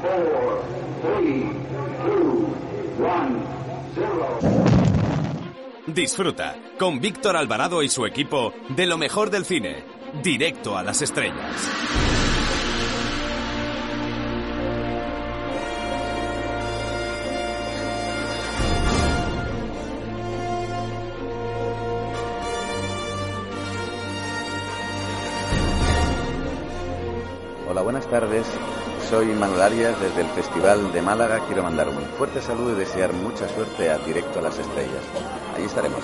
4, 3, 2, 1, 0. Disfruta con Víctor Alvarado y su equipo de lo mejor del cine, Directo a las Estrellas. Hola, buenas tardes. Soy Manuel Arias desde el Festival de Málaga. Quiero mandar un fuerte saludo y desear mucha suerte a Directo a las Estrellas. Ahí estaremos.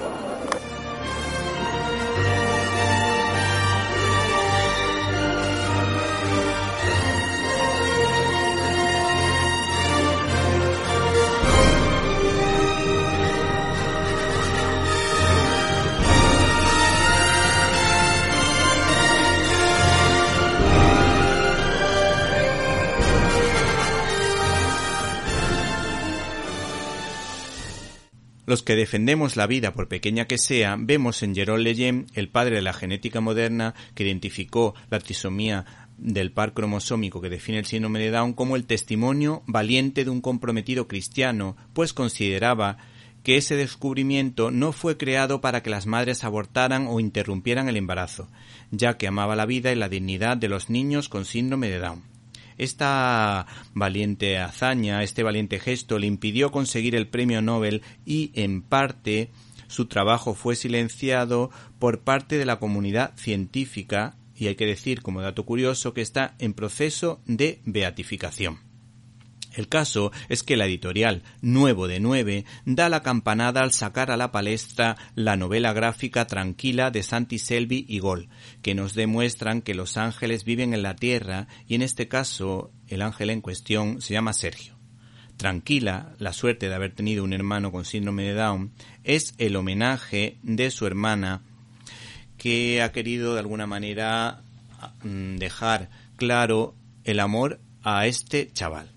Los que defendemos la vida, por pequeña que sea, vemos en Jerome Lejeune, el padre de la genética moderna, que identificó la trisomía del par cromosómico que define el síndrome de Down, como el testimonio valiente de un comprometido cristiano, pues consideraba que ese descubrimiento no fue creado para que las madres abortaran o interrumpieran el embarazo, ya que amaba la vida y la dignidad de los niños con síndrome de Down. Esta valiente hazaña, este valiente gesto le impidió conseguir el premio Nobel y, en parte, su trabajo fue silenciado por parte de la comunidad científica y hay que decir, como dato curioso, que está en proceso de beatificación. El caso es que la editorial Nuevo de 9 da la campanada al sacar a la palestra la novela gráfica Tranquila de Santi Selvi y Gol, que nos demuestran que los ángeles viven en la tierra y en este caso el ángel en cuestión se llama Sergio. Tranquila, la suerte de haber tenido un hermano con síndrome de Down, es el homenaje de su hermana que ha querido de alguna manera dejar claro el amor a este chaval.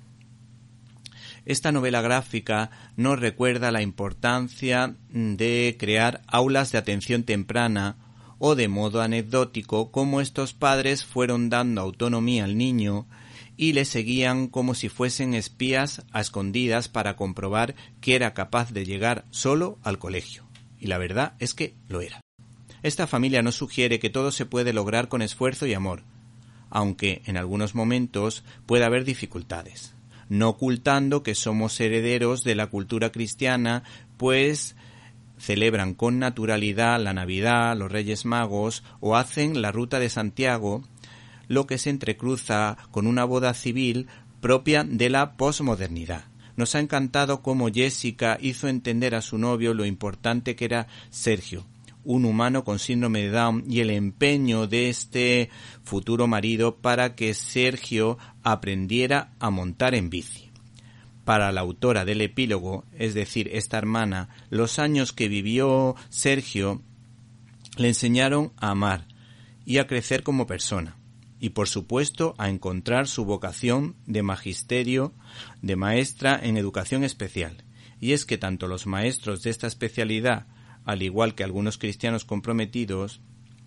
Esta novela gráfica nos recuerda la importancia de crear aulas de atención temprana o de modo anecdótico cómo estos padres fueron dando autonomía al niño y le seguían como si fuesen espías a escondidas para comprobar que era capaz de llegar solo al colegio. Y la verdad es que lo era. Esta familia nos sugiere que todo se puede lograr con esfuerzo y amor, aunque en algunos momentos puede haber dificultades. No ocultando que somos herederos de la cultura cristiana, pues celebran con naturalidad la Navidad, los Reyes Magos o hacen la Ruta de Santiago, lo que se entrecruza con una boda civil propia de la posmodernidad. Nos ha encantado cómo Jessica hizo entender a su novio lo importante que era Sergio, un humano con síndrome de Down, y el empeño de este futuro marido para que Sergio aprendiera a montar en bici. Para la autora del epílogo, es decir, esta hermana, los años que vivió Sergio le enseñaron a amar y a crecer como persona, y por supuesto a encontrar su vocación de magisterio, de maestra en educación especial. Y es que tanto los maestros de esta especialidad, al igual que algunos cristianos comprometidos,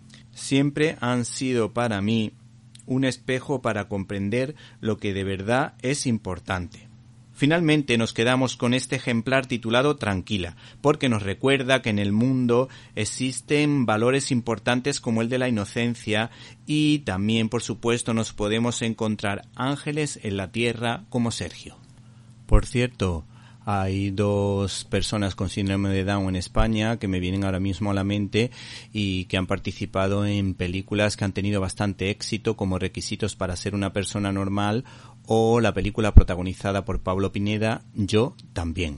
siempre han sido para mí un espejo para comprender lo que de verdad es importante. Finalmente nos quedamos con este ejemplar titulado Tranquila, porque nos recuerda que en el mundo existen valores importantes como el de la inocencia y también, por supuesto, nos podemos encontrar ángeles en la tierra como Sergio. Por cierto, hay 2 personas con síndrome de Down en España que me vienen ahora mismo a la mente y que han participado en películas que han tenido bastante éxito, como Requisitos para ser una persona normal o la película protagonizada por Pablo Pineda, Yo también.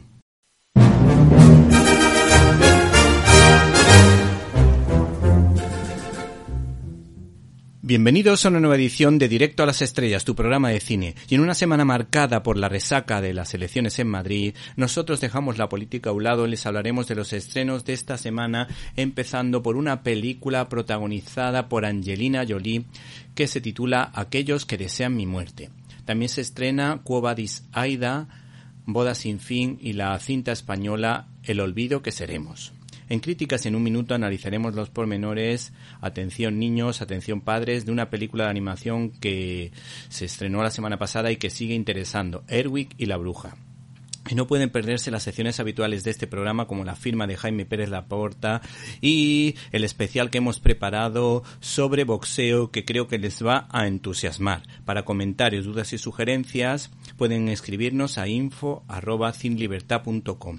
Bienvenidos a una nueva edición de Directo a las Estrellas, tu programa de cine. Y en una semana marcada por la resaca de las elecciones en Madrid, nosotros dejamos la política a un lado y les hablaremos de los estrenos de esta semana, empezando por una película protagonizada por Angelina Jolie que se titula Aquellos que desean mi muerte. También se estrena Quo Vadis Aida, Boda sin fin y la cinta española El olvido que seremos. En Críticas en un Minuto analizaremos los pormenores, atención niños, atención padres, de una película de animación que se estrenó la semana pasada y que sigue interesando, Erwick y la bruja. Y no pueden perderse las secciones habituales de este programa, como la firma de Jaime Pérez Laporta y el especial que hemos preparado sobre boxeo, que creo que les va a entusiasmar. Para comentarios, dudas y sugerencias pueden escribirnos a info@cinelibertad.com.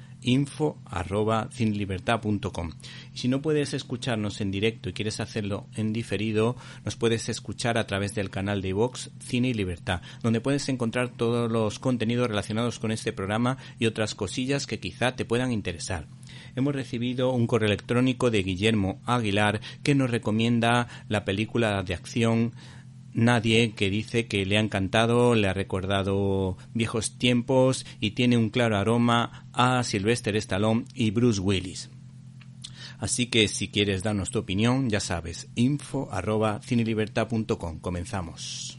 info@cinelibertad.com. Y si no puedes escucharnos en directo y quieres hacerlo en diferido, nos puedes escuchar a través del canal de iVoox Cine y Libertad, donde puedes encontrar todos los contenidos relacionados con este programa y otras cosillas que quizá te puedan interesar. Hemos recibido un correo electrónico de Guillermo Aguilar que nos recomienda la película de acción Nadie, que dice que le ha encantado, le ha recordado viejos tiempos y tiene un claro aroma a Sylvester Stallone y Bruce Willis. Así que si quieres darnos tu opinión, ya sabes, info@cinelibertad.com. Comenzamos.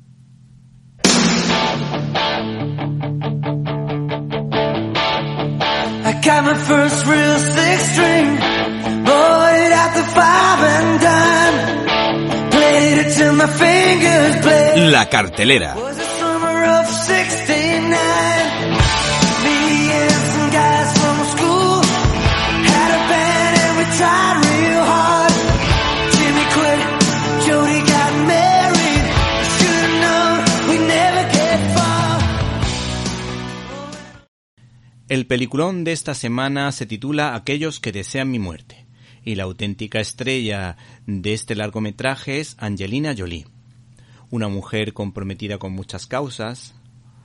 I got my first real six string, bought it at the 5 and dime. La cartelera. El peliculón de esta semana se titula Aquellos que desean mi muerte. Y la auténtica estrella de este largometraje es Angelina Jolie, una mujer comprometida con muchas causas,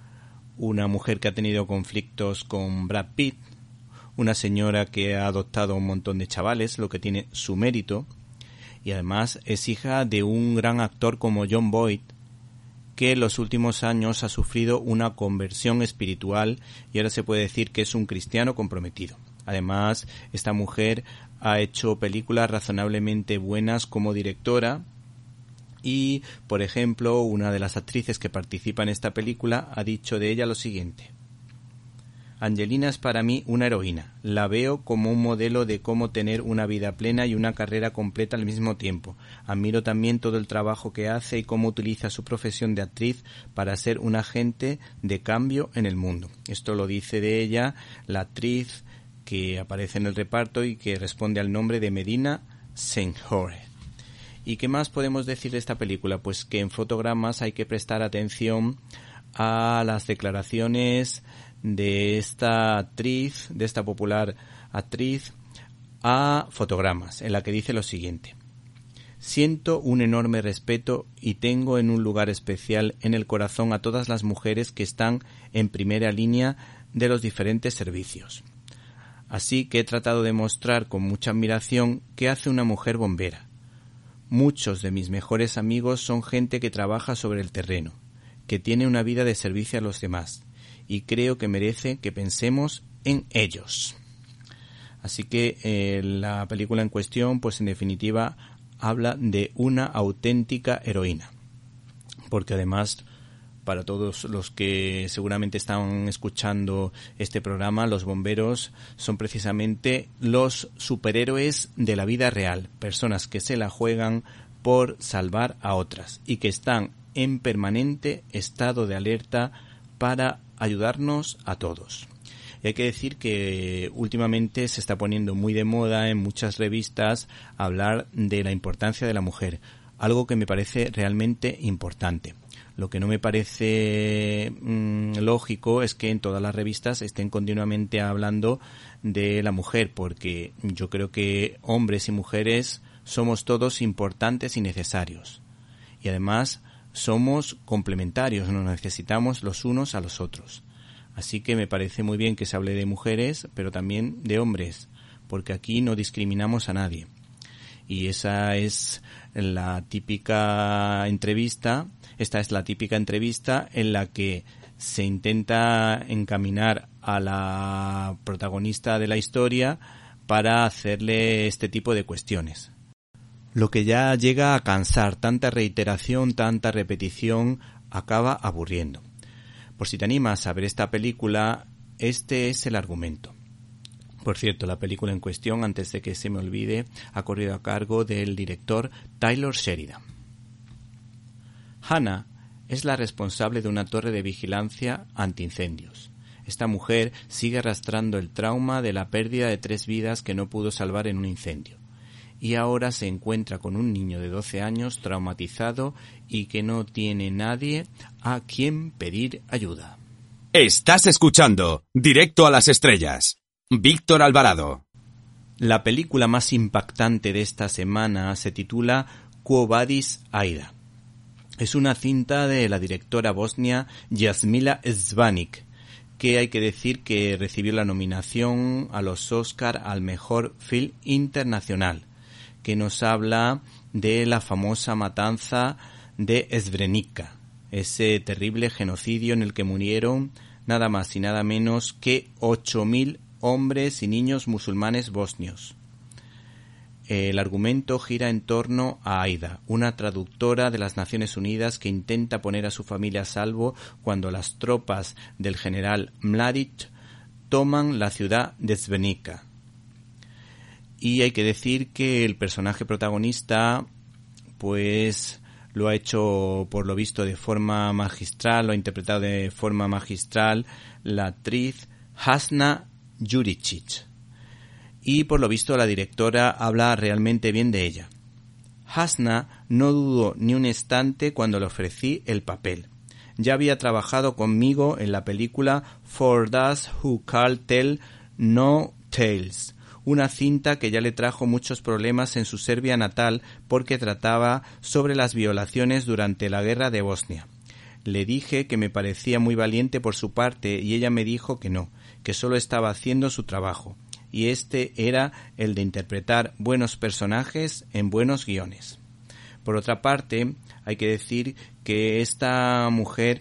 una mujer que ha tenido conflictos con Brad Pitt, una señora que ha adoptado a un montón de chavales, lo que tiene su mérito, y además es hija de un gran actor como Jon Voight, que en los últimos años ha sufrido una conversión espiritual y ahora se puede decir que es un cristiano comprometido. Además, esta mujer ha hecho películas razonablemente buenas como directora y, por ejemplo, una de las actrices que participa en esta película ha dicho de ella lo siguiente: Angelina es para mí una heroína. La veo como un modelo de cómo tener una vida plena y una carrera completa al mismo tiempo. Admiro también todo el trabajo que hace y cómo utiliza su profesión de actriz para ser un agente de cambio en el mundo. Esto lo dice de ella la actriz que aparece en el reparto y que responde al nombre de Medina Senghore. ¿Y qué más podemos decir de esta película? Pues que en fotogramas hay que prestar atención a las declaraciones de esta actriz, de esta popular actriz, a Fotogramas, en la que dice lo siguiente: siento un enorme respeto y tengo en un lugar especial en el corazón a todas las mujeres que están en primera línea de los diferentes servicios. Así que he tratado de mostrar con mucha admiración qué hace una mujer bombera. Muchos de mis mejores amigos son gente que trabaja sobre el terreno, que tiene una vida de servicio a los demás, y creo que merece que pensemos en ellos. Así que la película en cuestión, pues en definitiva, habla de una auténtica heroína, porque además, para todos los que seguramente están escuchando este programa, los bomberos son precisamente los superhéroes de la vida real, personas que se la juegan por salvar a otras y que están en permanente estado de alerta para ayudarnos a todos. Y hay que decir que últimamente se está poniendo muy de moda en muchas revistas hablar de la importancia de la mujer, algo que me parece realmente importante. Lo que no me parece lógico es que en todas las revistas estén continuamente hablando de la mujer, porque yo creo que hombres y mujeres somos todos importantes y necesarios. Y además somos complementarios, nos necesitamos los unos a los otros. Así que me parece muy bien que se hable de mujeres, pero también de hombres, porque aquí no discriminamos a nadie. Y esa es la típica entrevista, esta es la típica entrevista en la que se intenta encaminar a la protagonista de la historia para hacerle este tipo de cuestiones. Lo que ya llega a cansar, tanta reiteración, tanta repetición, acaba aburriendo. Por si te animas a ver esta película, este es el argumento. Por cierto, la película en cuestión, antes de que se me olvide, ha corrido a cargo del director Taylor Sheridan. Hannah es la responsable de una torre de vigilancia antiincendios. Esta mujer sigue arrastrando el trauma de la pérdida de 3 vidas que no pudo salvar en un incendio. Y ahora se encuentra con un niño de 12 años traumatizado y que no tiene nadie a quien pedir ayuda. Estás escuchando Directo a las Estrellas. Víctor Alvarado. La película más impactante de esta semana se titula Quo Vadis, Aida. Es una cinta de la directora bosnia Jasmila Svanik, que hay que decir que recibió la nominación a los Oscar al mejor film internacional, que nos habla de la famosa matanza de Srebrenica, ese terrible genocidio en el que murieron nada más y nada menos que 8.000 hombres y niños musulmanes bosnios. El argumento gira en torno a Aida, una traductora de las Naciones Unidas que intenta poner a su familia a salvo cuando las tropas del general Mladic toman la ciudad de Srebrenica. Y hay que decir que el personaje protagonista pues lo ha hecho por lo visto de forma magistral, lo ha interpretado de forma magistral la actriz Hasna Juricic. Y por lo visto la directora habla realmente bien de ella. Hasna no dudó ni un instante cuando le ofrecí el papel. Ya había trabajado conmigo en la película For Those Who Can't Tell No Tales, una cinta que ya le trajo muchos problemas en su Serbia natal porque trataba sobre las violaciones durante la guerra de Bosnia. Le dije que me parecía muy valiente por su parte y ella me dijo que no, que solo estaba haciendo su trabajo, y este era el de interpretar buenos personajes en buenos guiones. Por otra parte, hay que decir que esta mujer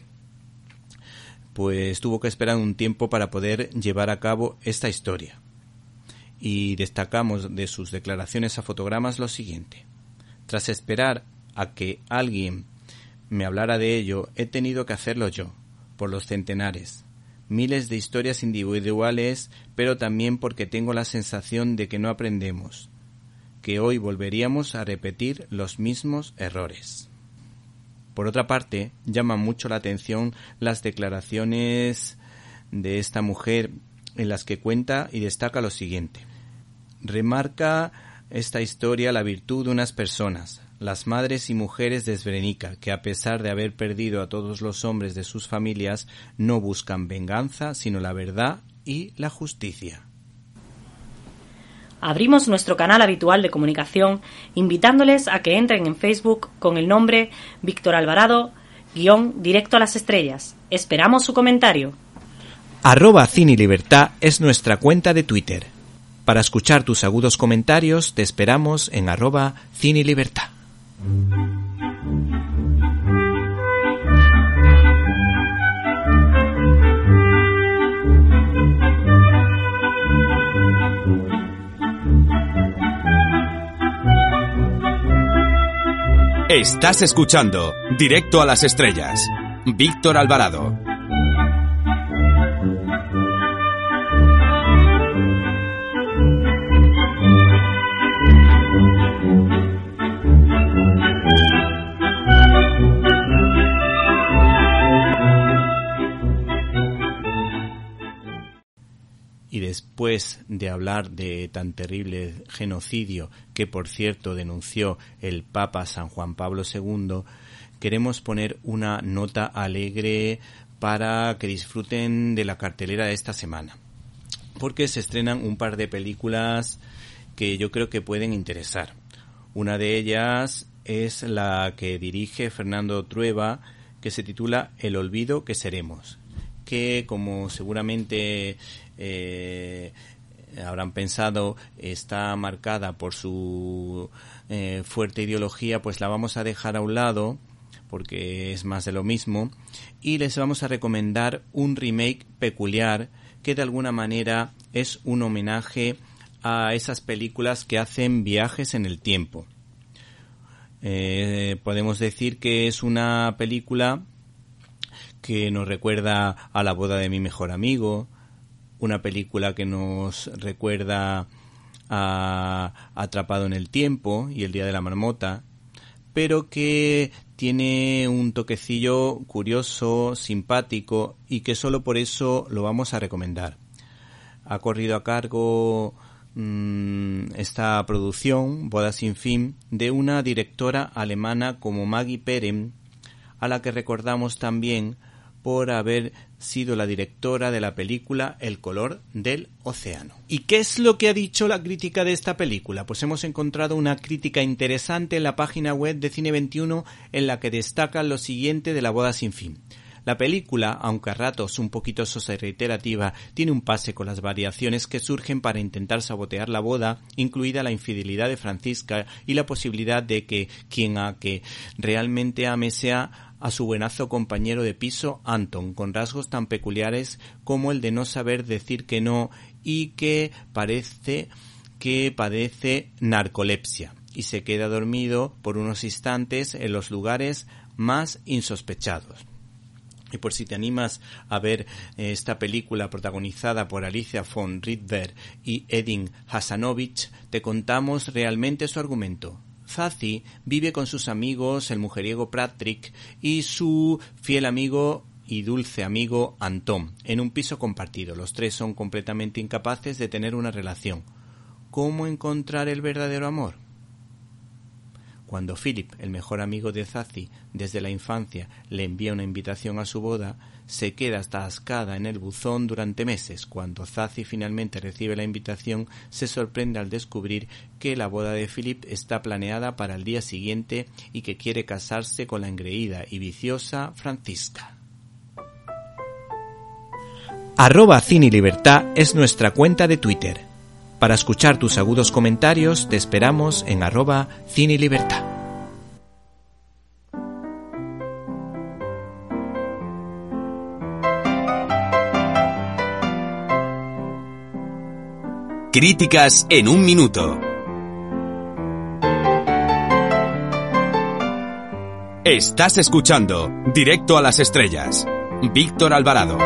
pues tuvo que esperar un tiempo para poder llevar a cabo esta historia. Y destacamos de sus declaraciones a Fotogramas lo siguiente: tras esperar a que alguien me hablara de ello, he tenido que hacerlo yo, por los centenares, miles de historias individuales, pero también porque tengo la sensación de que no aprendemos, que hoy volveríamos a repetir los mismos errores. Por otra parte, llaman mucho la atención las declaraciones de esta mujer en las que cuenta y destaca lo siguiente. Remarca esta historia la virtud de unas personas, las madres y mujeres de Srebrenica, que a pesar de haber perdido a todos los hombres de sus familias, no buscan venganza, sino la verdad y la justicia. Abrimos nuestro canal habitual de comunicación invitándoles a que entren en Facebook con el nombre Víctor Alvarado _Directo a las Estrellas. Esperamos su comentario. @CineLibertad es nuestra cuenta de Twitter. Para escuchar tus agudos comentarios te esperamos en @CineLibertad. Estás escuchando Directo a las Estrellas. Víctor Alvarado. Y después de hablar de tan terrible genocidio que, por cierto, denunció el Papa San Juan Pablo II, queremos poner una nota alegre para que disfruten de la cartelera de esta semana, porque se estrenan un par de películas que yo creo que pueden interesar. Una de ellas es la que dirige Fernando Trueba, que se titula El olvido que seremos, que, como seguramente habrán pensado, está marcada por su fuerte ideología, pues la vamos a dejar a un lado porque es más de lo mismo, y les vamos a recomendar un remake peculiar que de alguna manera es un homenaje a esas películas que hacen viajes en el tiempo. Podemos decir que es una película que nos recuerda a La boda de mi mejor amigo, una película que nos recuerda a Atrapado en el Tiempo y El Día de la Marmota, pero que tiene un toquecillo curioso, simpático y que solo por eso lo vamos a recomendar. Ha corrido a cargo esta producción, Boda sin fin, de una directora alemana como Maggie Perem, a la que recordamos también por haber sido la directora de la película El color del océano. ¿Y qué es lo que ha dicho la crítica de esta película? Pues hemos encontrado una crítica interesante en la página web de Cine 21 en la que destacan lo siguiente de La boda sin fin. La película, aunque a ratos un poquito sosa y reiterativa, tiene un pase con las variaciones que surgen para intentar sabotear la boda, incluida la infidelidad de Francisca y la posibilidad de que quien a que realmente ame sea a su buenazo compañero de piso Anton, con rasgos tan peculiares como el de no saber decir que no y que parece que padece narcolepsia y se queda dormido por unos instantes en los lugares más insospechados. Y por si te animas a ver esta película protagonizada por Alicia von Rydberg y Edin Hasanovich, te contamos realmente su argumento. Zazie vive con sus amigos, el mujeriego Patrick y su fiel amigo y dulce amigo Anton, en un piso compartido. Los tres son completamente incapaces de tener una relación. ¿Cómo encontrar el verdadero amor? Cuando Philip, el mejor amigo de Zazie desde la infancia, le envía una invitación a su boda, se queda atascada en el buzón durante meses. Cuando Zazie finalmente recibe la invitación, se sorprende al descubrir que la boda de Philip está planeada para el día siguiente y que quiere casarse con la engreída y viciosa Francisca. @CineLibertad es nuestra cuenta de Twitter. Para escuchar tus agudos comentarios te esperamos en @CineLibertad. Críticas en un minuto. Estás escuchando Directo a las Estrellas. Víctor Alvarado.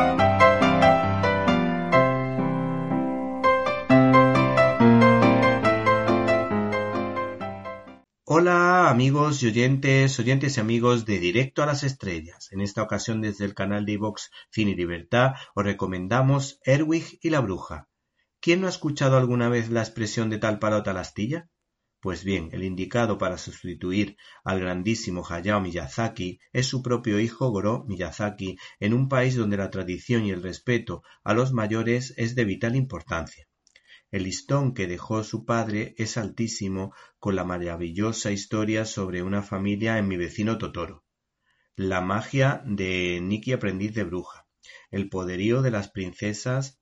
Hola amigos y oyentes y amigos de Directo a las Estrellas. En esta ocasión desde el canal de iVox Cine y Libertad os recomendamos Erwin y la bruja. ¿Quién no ha escuchado alguna vez la expresión de tal palo tal astilla? Pues bien, el indicado para sustituir al grandísimo Hayao Miyazaki es su propio hijo Goro Miyazaki, en un país donde la tradición y el respeto a los mayores es de vital importancia. El listón que dejó su padre es altísimo, con la maravillosa historia sobre una familia en Mi vecino Totoro, la magia de Nikki aprendiz de bruja, el poderío de las princesas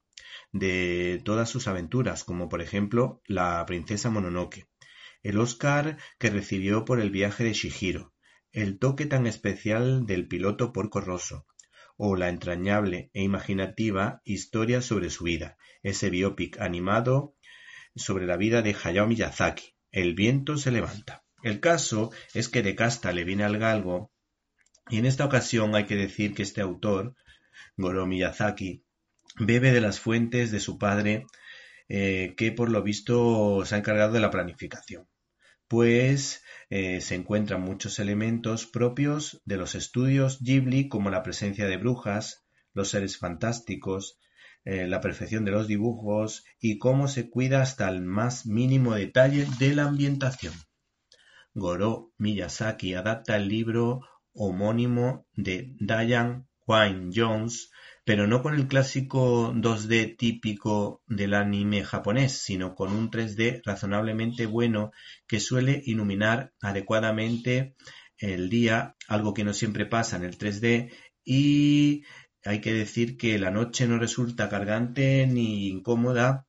de todas sus aventuras, como por ejemplo la princesa Mononoke, el Oscar que recibió por El viaje de Chihiro, el toque tan especial del piloto Porco Rosso, o la entrañable e imaginativa historia sobre su vida, ese biopic animado sobre la vida de Hayao Miyazaki, El viento se levanta. El caso es que de casta le viene al galgo, y en esta ocasión hay que decir que este autor, Goro Miyazaki, bebe de las fuentes de su padre, que por lo visto se ha encargado de la planificación, pues se encuentran muchos elementos propios de los estudios Ghibli, como la presencia de brujas, los seres fantásticos, la perfección de los dibujos y cómo se cuida hasta el más mínimo detalle de la ambientación. Goro Miyazaki adapta el libro homónimo de Diane Wynne Jones, pero no con el clásico 2D típico del anime japonés, sino con un 3D razonablemente bueno que suele iluminar adecuadamente el día, algo que no siempre pasa en el 3D, y hay que decir que la noche no resulta cargante ni incómoda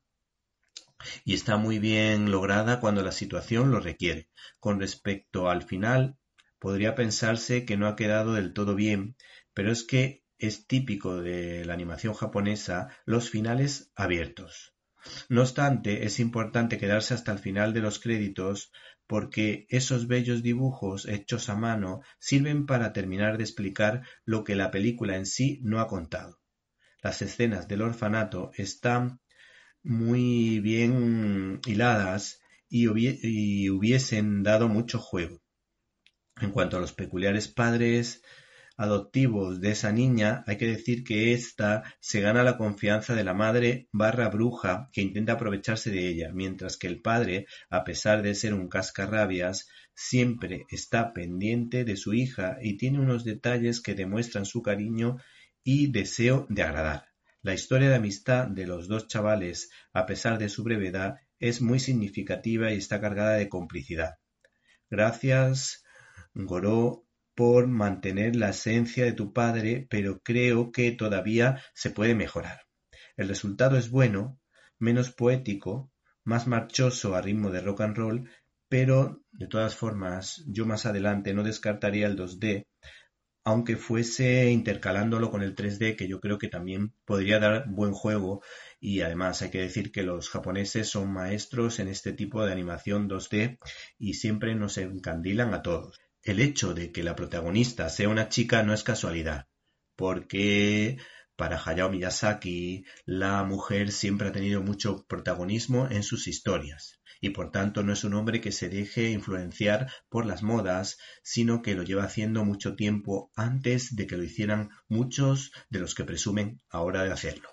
y está muy bien lograda cuando la situación lo requiere. Con respecto al final, podría pensarse que no ha quedado del todo bien, pero es que es típico de la animación japonesa los finales abiertos. No obstante, es importante quedarse hasta el final de los créditos porque esos bellos dibujos hechos a mano sirven para terminar de explicar lo que la película en sí no ha contado. las escenas del orfanato están muy bien hiladas y hubiesen dado mucho juego. En cuanto a los peculiares padres adoptivos de esa niña, hay que decir que ésta se gana la confianza de la madre /bruja que intenta aprovecharse de ella, mientras que el padre, a pesar de ser un cascarrabias, siempre está pendiente de su hija y tiene unos detalles que demuestran su cariño y deseo de agradar. La historia de amistad de los dos chavales, a pesar de su brevedad, es muy significativa y está cargada de complicidad. Gracias, Goró, por mantener la esencia de tu padre, pero creo que todavía se puede mejorar. El resultado es bueno, menos poético, más marchoso a ritmo de rock and roll, pero de todas formas yo más adelante no descartaría el 2D, aunque fuese intercalándolo con el 3D, que yo creo que también podría dar buen juego. Y además hay que decir que los japoneses son maestros en este tipo de animación 2D y siempre nos encandilan a todos. El hecho de que la protagonista sea una chica no es casualidad, porque para Hayao Miyazaki la mujer siempre ha tenido mucho protagonismo en sus historias y por tanto no es un hombre que se deje influenciar por las modas, sino que lo lleva haciendo mucho tiempo antes de que lo hicieran muchos de los que presumen ahora de hacerlo.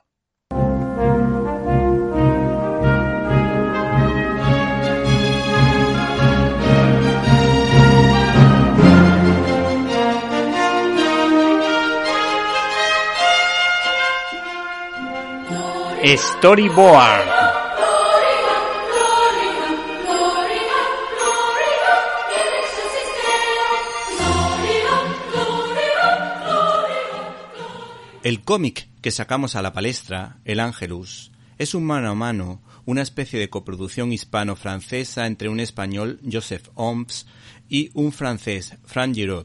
Storyboard. El cómic que sacamos a la palestra, El Ángelus, es un mano a mano, una especie de coproducción hispano-francesa entre un español, Joseph Oms, y un francés, Franck Giraud,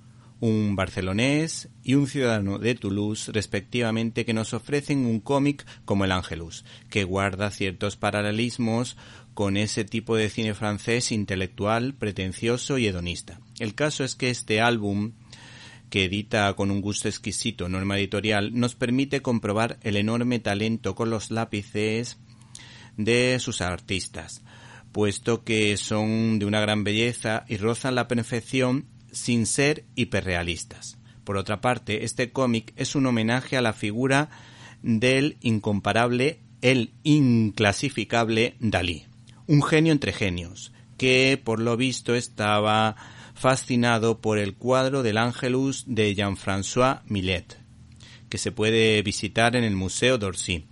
un barcelonés y un ciudadano de Toulouse, respectivamente, que nos ofrecen un cómic como El Ángelus, que guarda ciertos paralelismos con ese tipo de cine francés intelectual, pretencioso y hedonista. El caso es que este álbum, que edita con un gusto exquisito Norma Editorial, nos permite comprobar el enorme talento con los lápices de sus artistas, puesto que son de una gran belleza y rozan la perfección sin ser hiperrealistas. Por otra parte, este cómic es un homenaje a la figura del incomparable, el inclasificable Dalí, un genio entre genios, que por lo visto estaba fascinado por el cuadro del Ángelus de Jean-François Millet, que se puede visitar en el Museo d'Orsay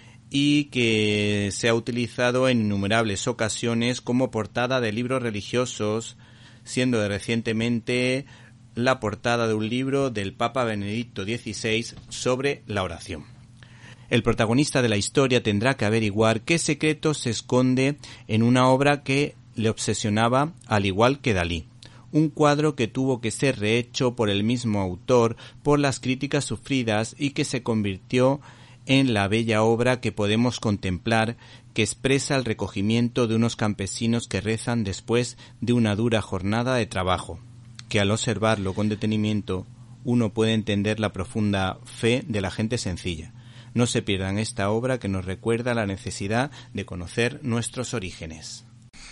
y que se ha utilizado en innumerables ocasiones como portada de libros religiosos, siendo recientemente la portada de un libro del Papa Benedicto XVI sobre la oración. El protagonista de la historia tendrá que averiguar qué secreto se esconde en una obra que le obsesionaba, al igual que Dalí. Un cuadro que tuvo que ser rehecho por el mismo autor por las críticas sufridas y que se convirtió en la bella obra que podemos contemplar, que expresa el recogimiento de unos campesinos que rezan después de una dura jornada de trabajo, que al observarlo con detenimiento uno puede entender la profunda fe de la gente sencilla. No se pierdan esta obra que nos recuerda la necesidad de conocer nuestros orígenes.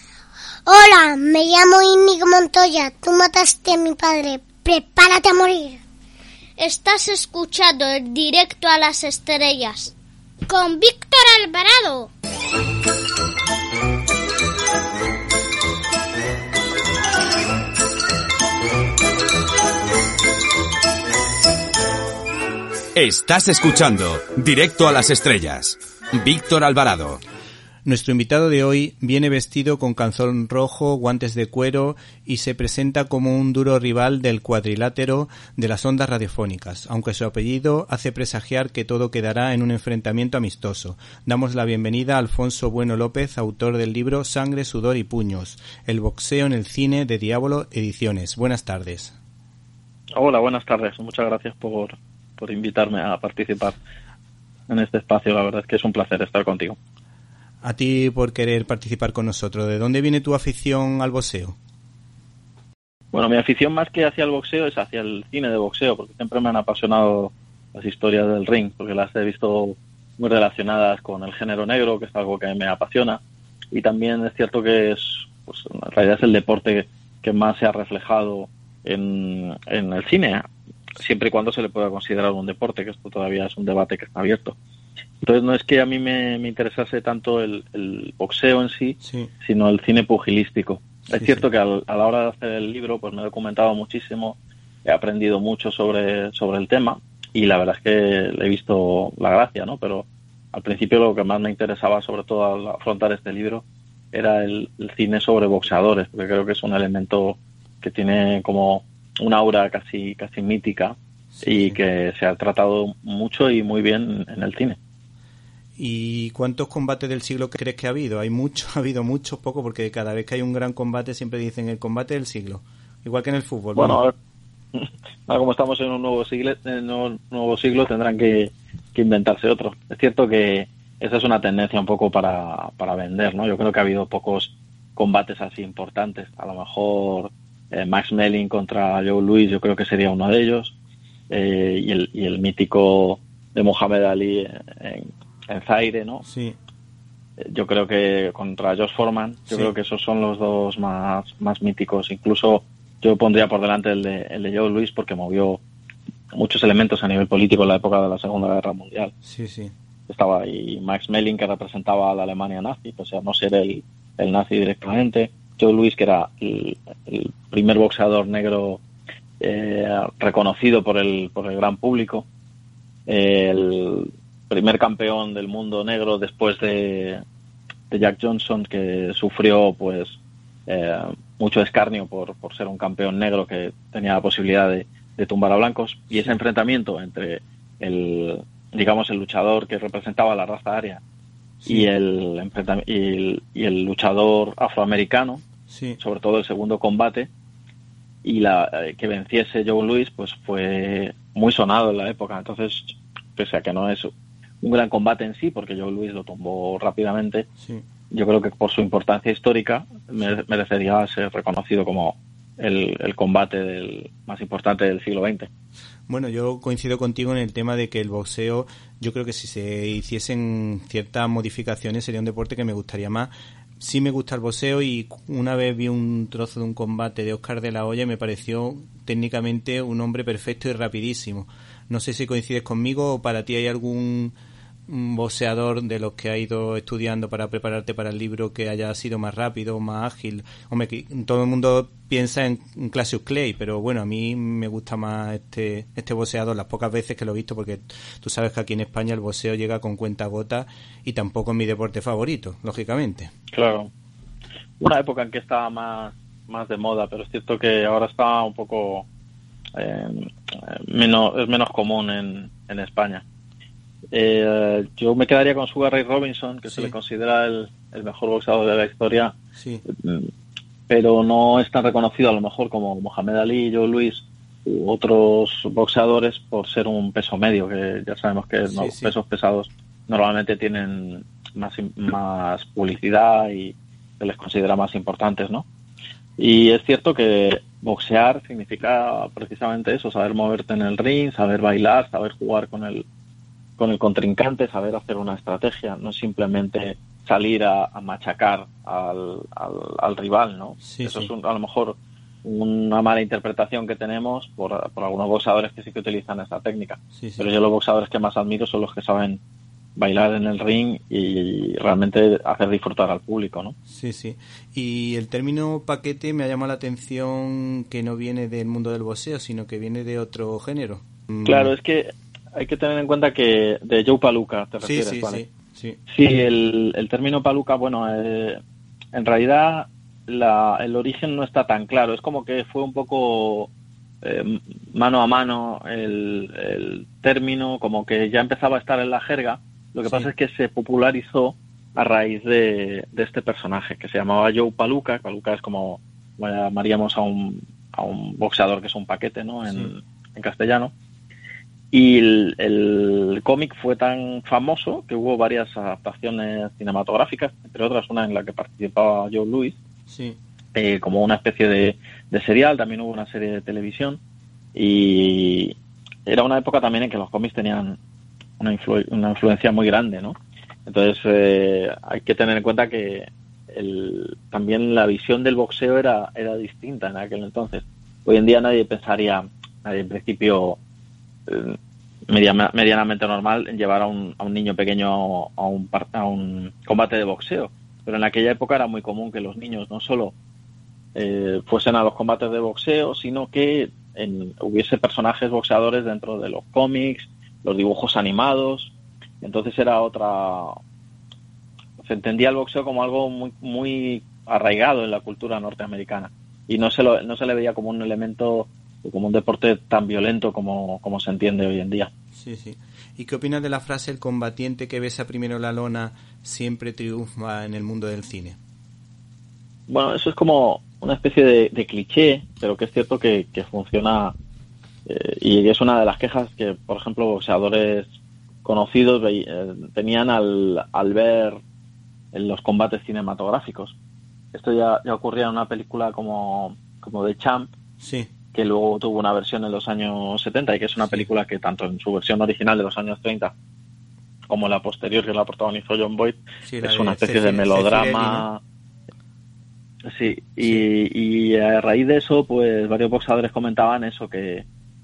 Hola, me llamo Íñigo Montoya. Tú mataste a mi padre. Prepárate a morir. Estás escuchando el Directo a las Estrellas con Víctor Alvarado. Estás escuchando Directo a las Estrellas. Víctor Alvarado. Nuestro invitado de hoy viene vestido con calzón rojo, guantes de cuero y se presenta como un duro rival del cuadrilátero de las ondas radiofónicas, aunque su apellido hace presagiar que todo quedará en un enfrentamiento amistoso. Damos la bienvenida a Alfonso Bueno López, autor del libro Sangre, Sudor y Puños, el boxeo en el cine, de Diablo Ediciones. Buenas tardes. Hola, buenas tardes. Muchas gracias por invitarme a participar en este espacio. La verdad es que es un placer estar contigo. A ti por querer participar con nosotros. ¿De dónde viene tu afición al boxeo? Bueno, mi afición más que hacia el boxeo es hacia el cine de boxeo, porque siempre me han apasionado las historias del ring, porque las he visto muy relacionadas con el género negro, que es algo que me apasiona, y también es cierto que pues en realidad es el deporte que más se ha reflejado en el cine, siempre y cuando se le pueda considerar un deporte, que esto todavía es un debate que está abierto. Entonces no es que a mí me interesase tanto el boxeo en sí, sino el cine pugilístico. Es cierto que a la hora de hacer el libro pues me he documentado muchísimo, he aprendido mucho sobre el tema, y la verdad es que le he visto la gracia, ¿no? Pero al principio lo que más me interesaba, sobre todo al afrontar este libro, era el cine sobre boxeadores, porque creo que es un elemento que tiene como una aura casi mítica, y que se ha tratado mucho y muy bien en el cine. ¿Y cuántos combates del siglo crees que ha habido? ¿Hay muchos? ¿Ha habido muchos? Poco, porque cada vez que hay un gran combate siempre dicen el combate del siglo, igual que en el fútbol. Bueno, a ver, como estamos en un nuevo siglo tendrán que inventarse otro. Es cierto que esa es una tendencia un poco para vender, ¿no? Yo creo que ha habido pocos combates así importantes. A lo mejor Max Melling contra Joe Louis, yo creo que sería uno de ellos, y el mítico de Muhammad Ali en Zaire, ¿no? Sí. Yo creo que contra George Foreman, yo creo que esos son los dos más míticos. Incluso yo pondría por delante el de Joe Louis, porque movió muchos elementos a nivel político en la época de la Segunda Guerra Mundial. Sí, sí. Estaba ahí Max Melling, que representaba a la Alemania nazi, o sea, no ser el nazi directamente. Joe Louis, que era el primer boxeador negro reconocido por el gran público. El primer campeón del mundo negro después de Jack Johnson, que sufrió pues mucho escarnio por ser un campeón negro que tenía la posibilidad de tumbar a blancos. Y ese enfrentamiento entre el luchador que representaba la raza aria y el luchador afroamericano, sobre todo el segundo combate, y que venciese Joe Louis, pues fue muy sonado en la época. Entonces, pese a que no es un gran combate en sí, porque Joe Louis lo tumbó rápidamente, yo creo que por su importancia histórica merecería ser reconocido como el combate más importante del siglo XX. Bueno, yo coincido contigo en el tema de que el boxeo, yo creo que si se hiciesen ciertas modificaciones sería un deporte que me gustaría más. Sí me gusta el boxeo, y una vez vi un trozo de un combate de Oscar de la Hoya y me pareció técnicamente un hombre perfecto y rapidísimo. No sé si coincides conmigo, o para ti hay algún boxeador de los que has ido estudiando para prepararte para el libro que haya sido más rápido, más ágil. Hombre, todo el mundo piensa en Cassius Clay, pero bueno, a mí me gusta más este boxeador las pocas veces que lo he visto, porque tú sabes que aquí en España el boxeo llega con cuentagotas y tampoco es mi deporte favorito, lógicamente. Claro. Una época en que estaba más de moda, pero es cierto que ahora está un poco es menos común en España. Yo me quedaría con Sugar Ray Robinson, que se le considera el mejor boxeador de la historia, pero no es tan reconocido a lo mejor como Muhammad Ali, Joe Louis u otros boxeadores, por ser un peso medio, que ya sabemos que los pesos pesados normalmente tienen más publicidad y se les considera más importantes, ¿no? Y es cierto que boxear significa precisamente eso, saber moverte en el ring, saber bailar, saber jugar con el contrincante, saber hacer una estrategia, no simplemente salir a machacar al rival, ¿no? Eso es a lo mejor una mala interpretación que tenemos por algunos boxeadores que sí que utilizan esta técnica. Pero yo los boxeadores que más admiro son los que saben bailar en el ring y realmente hacer disfrutar al público, ¿no? Sí, sí. Y el término paquete me ha llamado la atención, que no viene del mundo del boxeo, sino que viene de otro género. Claro, es que hay que tener en cuenta que de Joe Palooka te refieres, ¿vale? Sí, el término Palooka, bueno, en realidad el origen no está tan claro. Es como que fue un poco mano a mano el término, como que ya empezaba a estar en la jerga. Lo que pasa es que se popularizó a raíz de este personaje que se llamaba Joe Palooka. Palooka es como llamaríamos a un boxeador que es un paquete, ¿no? En castellano. Y el cómic fue tan famoso que hubo varias adaptaciones cinematográficas, entre otras una en la que participaba Joe Louis, como una especie de serial. También hubo una serie de televisión, y era una época también en que los cómics tenían una influencia muy grande, ¿no? Entonces hay que tener en cuenta que también la visión del boxeo era distinta en aquel entonces. Hoy en día nadie en principio medianamente normal en llevar a un niño pequeño a un combate de boxeo, pero en aquella época era muy común que los niños no solo fuesen a los combates de boxeo, sino que hubiese personajes boxeadores dentro de los cómics, los dibujos animados. Entonces se entendía el boxeo como algo muy, muy arraigado en la cultura norteamericana y no se le veía como un elemento, como un deporte tan violento como se entiende hoy en día. Sí, sí. ¿Y qué opinas de la frase el combatiente que besa primero la lona siempre triunfa en el mundo del cine? Bueno, eso es como una especie de cliché, pero que es cierto que funciona, y es una de las quejas que, por ejemplo, boxeadores conocidos tenían al ver en los combates cinematográficos. Esto ya ocurría en una película como The Champ, sí, que luego tuvo una versión en los años 70 y que es una película que tanto en su versión original de los años 30 como la posterior, que la protagonizó John Boyd, es una especie de melodrama. Sí, y a raíz de eso, pues varios boxeadores comentaban eso, que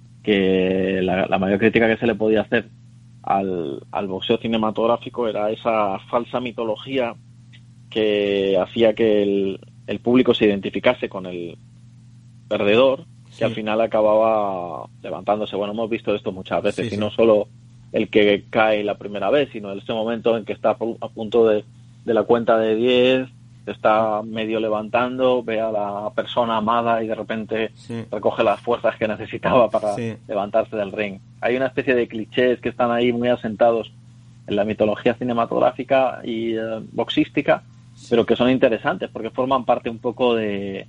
la mayor crítica que se le podía hacer al boxeo cinematográfico era esa falsa mitología que hacía que el público se identificase con el perdedor, que al final acababa levantándose. Bueno, hemos visto esto muchas veces, y no solo el que cae la primera vez, sino en este momento en que está a punto de la cuenta de 10, se está medio levantando, ve a la persona amada y de repente recoge las fuerzas que necesitaba para levantarse del ring. Hay una especie de clichés que están ahí muy asentados en la mitología cinematográfica y boxística, pero que son interesantes porque forman parte un poco del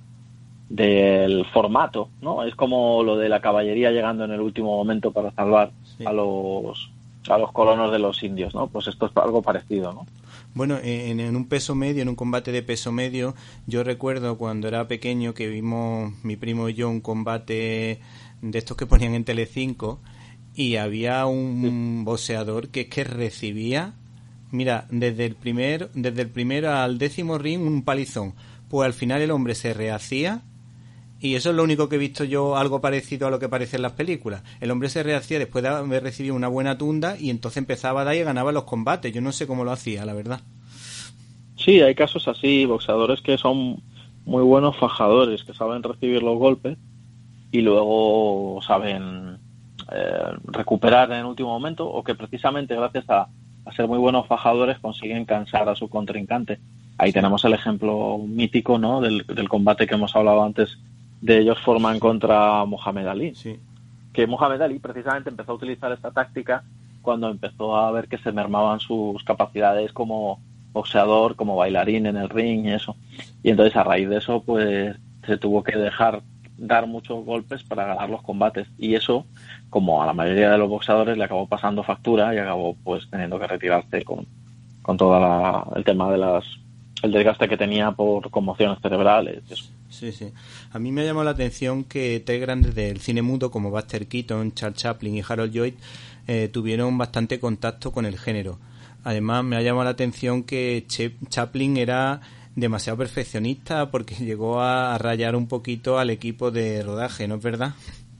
formato, ¿no? Es como lo de la caballería llegando en el último momento para salvar a los colonos de los indios, ¿no? Pues esto es algo parecido, ¿no? Bueno, en un peso medio, en un combate de peso medio, yo recuerdo cuando era pequeño que vimos mi primo y yo un combate de estos que ponían en Telecinco y había un boxeador que recibía, mira, desde el primero al 10º ring un palizón. Pues al final el hombre se rehacía. Y eso es lo único que he visto yo, algo parecido a lo que parece en las películas. El hombre se rehacía después de haber recibido una buena tunda y entonces empezaba a dar y ganaba los combates. Yo no sé cómo lo hacía, la verdad. Sí, hay casos así, boxeadores que son muy buenos fajadores, que saben recibir los golpes y luego saben recuperar en el último momento, o que precisamente gracias a ser muy buenos fajadores consiguen cansar a su contrincante. Ahí tenemos el ejemplo mítico, ¿no?, del combate que hemos hablado antes de George Foreman contra Muhammad Ali. Sí. Que Muhammad Ali precisamente empezó a utilizar esta táctica cuando empezó a ver que se mermaban sus capacidades como boxeador, como bailarín en el ring y eso. Y entonces a raíz de eso pues se tuvo que dejar dar muchos golpes para ganar los combates. Y eso, como a la mayoría de los boxeadores, le acabó pasando factura y acabó pues teniendo que retirarse con todo el tema de el desgaste que tenía por conmociones cerebrales y eso. Sí, sí. A mí me ha llamado la atención que tres grandes del cine mudo como Buster Keaton, Charles Chaplin y Harold Lloyd tuvieron bastante contacto con el género. Además, me ha llamado la atención que Chaplin era demasiado perfeccionista porque llegó a rayar un poquito al equipo de rodaje, ¿no es verdad?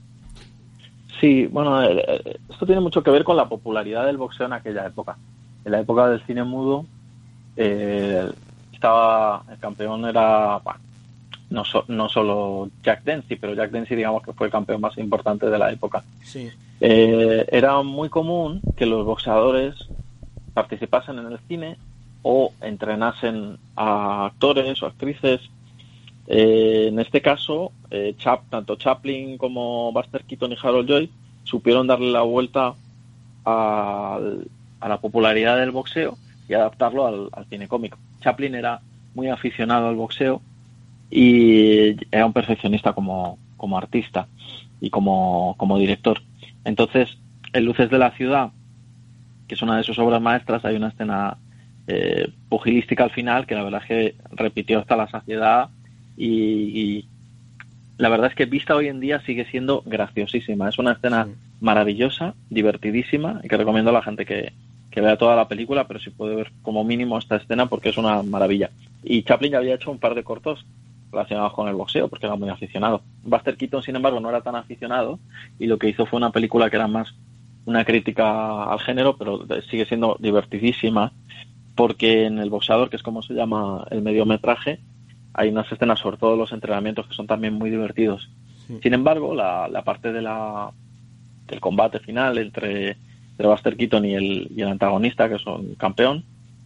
Sí, bueno, esto tiene mucho que ver con la popularidad del boxeo en aquella época. En la época del cine mudo, el campeón era, bueno, no solo Jack Dempsey, pero Jack Dempsey digamos que fue el campeón más importante de la época. Sí. Era muy común que los boxeadores participasen en el cine o entrenasen a actores o actrices. En este caso, tanto Chaplin como Buster Keaton y Harold Lloyd supieron darle la vuelta a la popularidad del boxeo y adaptarlo al cine cómico. Chaplin era muy aficionado al boxeo y era un perfeccionista como artista y como director. Entonces, en Luces de la ciudad, que es una de sus obras maestras, hay una escena pugilística al final que la verdad es que repitió hasta la saciedad y la verdad es que vista hoy en día sigue siendo graciosísima. Es una escena maravillosa, divertidísima, y que recomiendo a la gente que vea toda la película, pero si puede ver como mínimo esta escena porque es una maravilla. Y Chaplin ya había hecho un par de cortos relacionados con el boxeo porque era muy aficionado. Buster Keaton, sin embargo, no era tan aficionado y lo que hizo fue una película que era más una crítica al género, pero sigue siendo divertidísima porque en El boxeador, que es como se llama el mediometraje, hay unas escenas, sobre todo los entrenamientos, que son también muy divertidos. Sí. Sin embargo, la parte del combate final entre Buster Keaton y el antagonista, que es un campeón,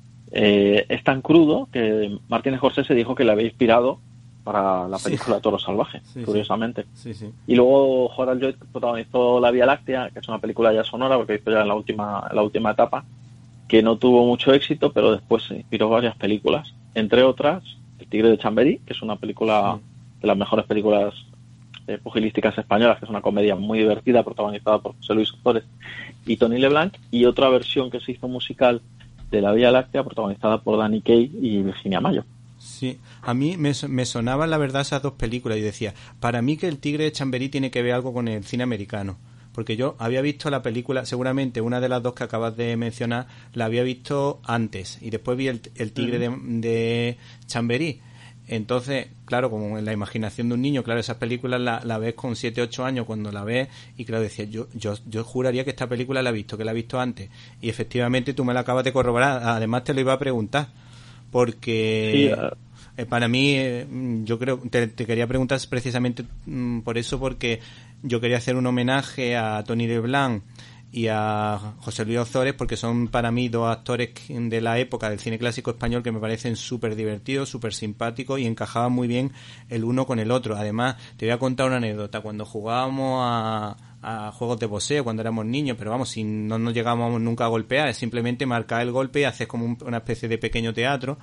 es tan crudo que Martin Scorsese dijo que le había inspirado para la película Toro Salvaje, curiosamente. Sí. Y luego Harold Lloyd protagonizó La Vía Láctea, que es una película ya sonora, porque hizo ya en la última etapa, que no tuvo mucho éxito, pero después se inspiró varias películas, entre otras El Tigre de Chamberí, que es una película de las mejores películas pugilísticas españolas, que es una comedia muy divertida, protagonizada por José Luis Ozores y Tony LeBlanc, y otra versión que se hizo musical de La Vía Láctea, protagonizada por Danny Kaye y Virginia Mayo. Sí, a mí me sonaban la verdad esas dos películas y decía, para mí que El Tigre de Chamberí tiene que ver algo con el cine americano, porque yo había visto la película, seguramente una de las dos que acabas de mencionar la había visto antes y después vi el Tigre de Chamberí. Entonces, claro, como en la imaginación de un niño, claro, esas películas la ves con 7, 8 años cuando la ves y claro, decía, yo juraría que esta película la he visto antes y efectivamente tú me la acabas de corroborar, además te lo iba a preguntar porque para mí yo creo, te quería preguntar precisamente por eso, porque yo quería hacer un homenaje a Tony LeBlanc y a José Luis Ozores porque son para mí dos actores de la época del cine clásico español que me parecen súper divertidos, súper simpáticos y encajaban muy bien el uno con el otro. Además, te voy a contar una anécdota. Cuando jugábamos a juegos de boxeo cuando éramos niños, pero vamos, si no nos llegábamos nunca a golpear, es simplemente marcar el golpe y hacer como una especie de pequeño teatro.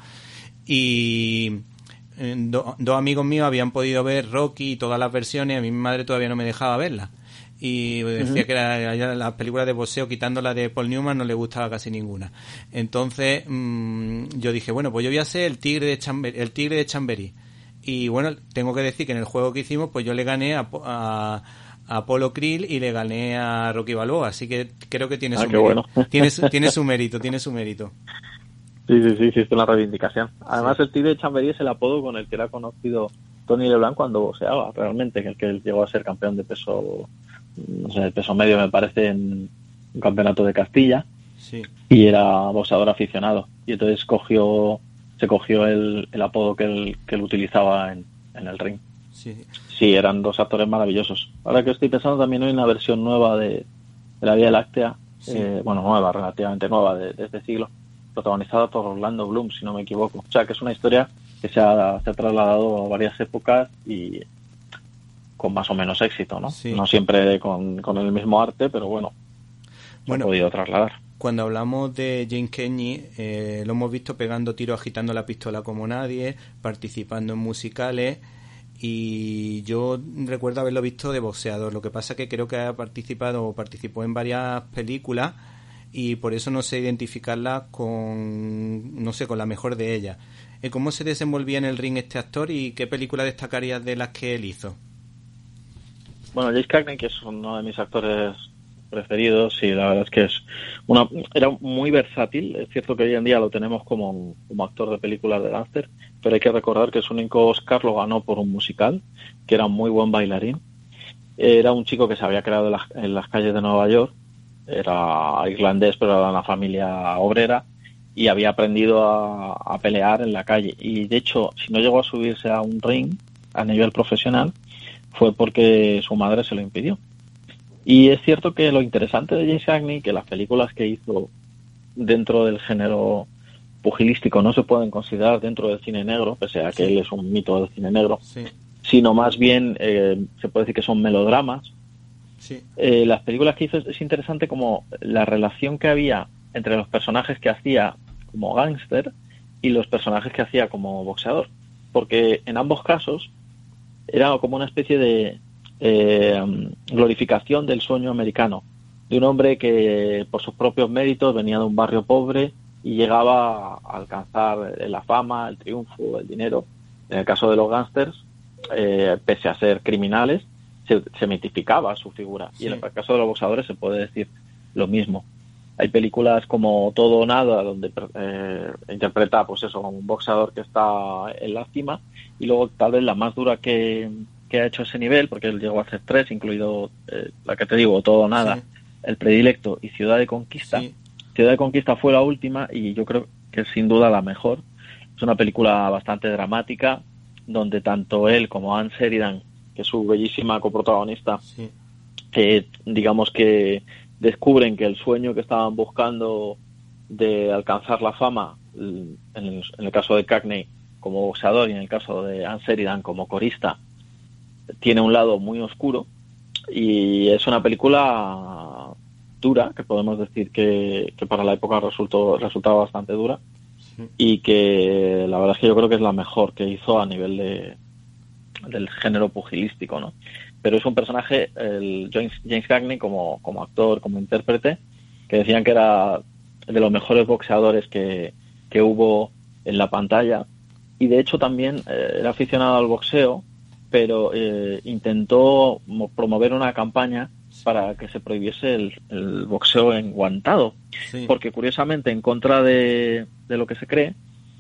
Y dos amigos míos habían podido ver Rocky y todas las versiones, a mi madre todavía no me dejaba verlas. Y decía que las películas de boxeo, quitando la de Paul Newman, no le gustaba casi ninguna. Entonces yo dije, bueno, pues yo voy a ser el tigre de Chamberí. Y bueno, tengo que decir que en el juego que hicimos, pues yo le gané a Apolo Krill y le gané a Rocky Balboa, así que creo que tiene su mérito. Bueno. tiene su mérito. Sí, hiciste una reivindicación. Además, el tigre de Chamberí es el apodo con el que era conocido Tony LeBlanc cuando boxeaba, realmente, que él llegó a ser campeón de peso, no sé, el peso medio me parece en un campeonato de Castilla, y era boxeador aficionado, y entonces se cogió el apodo que él utilizaba en el ring. Sí, eran dos actores maravillosos. Ahora que estoy pensando, también hay una versión nueva de La Vía Láctea, nueva, relativamente nueva, de este siglo, protagonizada por Orlando Bloom, si no me equivoco. O sea, que es una historia que se ha trasladado a varias épocas y con más o menos éxito, ¿no? No siempre con el mismo arte, pero bueno, se ha podido trasladar. Cuando hablamos de James Cagney, lo hemos visto pegando tiros, agitando la pistola como nadie, participando en musicales, y yo recuerdo haberlo visto de boxeador. Lo que pasa es que creo que participó en varias películas y por eso no sé identificarla con la mejor de ellas. ¿Cómo se desenvolvía en el ring este actor y qué película destacarías de las que él hizo? Bueno, James Cagney, que es uno de mis actores preferidos, y la verdad es que era muy versátil. Es cierto que hoy en día lo tenemos como actor de películas de gángster, pero hay que recordar que su único Oscar lo ganó por un musical, que era un muy buen bailarín. Era un chico que se había creado en las calles de Nueva York, era irlandés, pero era de una familia obrera, y había aprendido a pelear en la calle. Y de hecho, si no llegó a subirse a un ring a nivel profesional, fue porque su madre se lo impidió. Y es cierto que lo interesante de James Cagney, que las películas que hizo dentro del género pugilístico no se pueden considerar dentro del cine negro, pese a que él es un mito del cine negro, sino más bien se puede decir que son melodramas. Las películas que hizo es interesante como la relación que había entre los personajes que hacía como gángster y los personajes que hacía como boxeador, porque en ambos casos era como una especie de glorificación del sueño americano, de un hombre que por sus propios méritos venía de un barrio pobre y llegaba a alcanzar la fama, el triunfo, el dinero. En el caso de los gángsters, pese a ser criminales, se mitificaba su figura. Y en el caso de los boxeadores se puede decir lo mismo. Hay películas como Todo o Nada, donde interpreta pues eso, un boxeador que está en la cima, y luego tal vez la más dura que ha hecho ese nivel, porque él llegó a hacer 3, incluido la que te digo, Todo o Nada, El Predilecto y Ciudad de Conquista. Ciudad de Conquista fue la última y yo creo que es sin duda la mejor. Es una película bastante dramática, donde tanto él como Anne Sheridan, que es su bellísima coprotagonista, digamos que descubren que el sueño que estaban buscando de alcanzar la fama, en el caso de Cagney como boxeador y en el caso de Anne Sheridan como corista, tiene un lado muy oscuro, y es una película dura, que podemos decir que para la época resultaba bastante dura, y que la verdad es que yo creo que es la mejor que hizo a nivel del género pugilístico, ¿no? Pero es un personaje, el James Cagney, como actor, como intérprete, que decían que era de los mejores boxeadores que hubo en la pantalla, y de hecho también era aficionado al boxeo, pero intentó promover una campaña para que se prohibiese el boxeo enguantado, porque curiosamente, en contra de lo que se cree,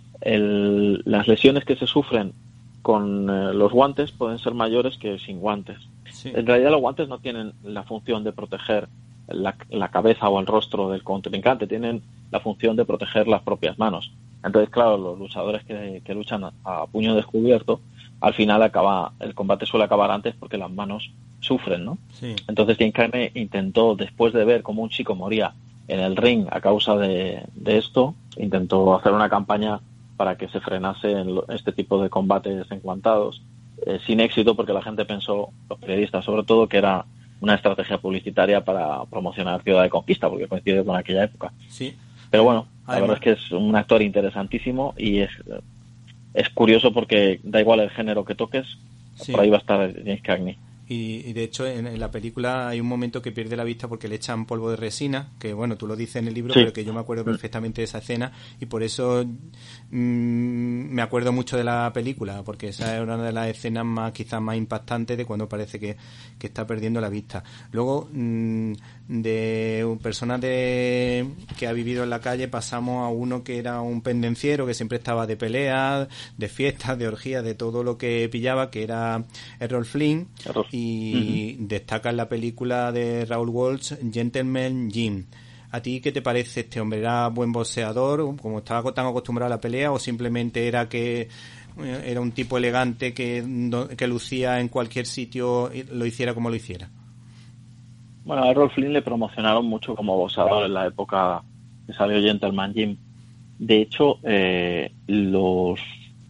las lesiones que se sufren con los guantes pueden ser mayores que sin guantes. En realidad los guantes no tienen la función de proteger la cabeza o el rostro del contrincante, tienen la función de proteger las propias manos. Entonces, claro, los luchadores que luchan a puño descubierto, al final el combate suele acabar antes porque las manos sufren, ¿no? Entonces James Cagney intentó, después de ver cómo un chico moría en el ring a causa de esto, intentó hacer una campaña para que se frenase este tipo de combates enguantados, sin éxito, porque la gente pensó, los periodistas sobre todo, que era una estrategia publicitaria para promocionar Ciudad de Conquista, porque coincide con aquella época. Pero bueno, la verdad es que es un actor interesantísimo, y es curioso porque da igual el género que toques, por ahí va a estar James Cagney. Y de hecho en la película hay un momento que pierde la vista porque le echan polvo de resina, que bueno, tú lo dices en el libro, pero que yo me acuerdo perfectamente de esa escena, y por eso me acuerdo mucho de la película, porque esa es una de las escenas quizás más impactantes de cuando parece que está perdiendo la vista. Luego, de personas que ha vivido en la calle, pasamos a uno que era un pendenciero, que siempre estaba de peleas, de fiestas, de orgías, de todo lo que pillaba, que era Errol Flynn. Y destaca en la película de Raoul Walsh, Gentleman Jim. ¿A ti qué te parece este hombre? ¿Era buen boxeador, como estaba tan acostumbrado a la pelea, o simplemente era un tipo elegante que lucía en cualquier sitio, lo hiciera como lo hiciera? Bueno, a Errol Flynn le promocionaron mucho como boxeador en la época que salió Gentleman Jim. De hecho, los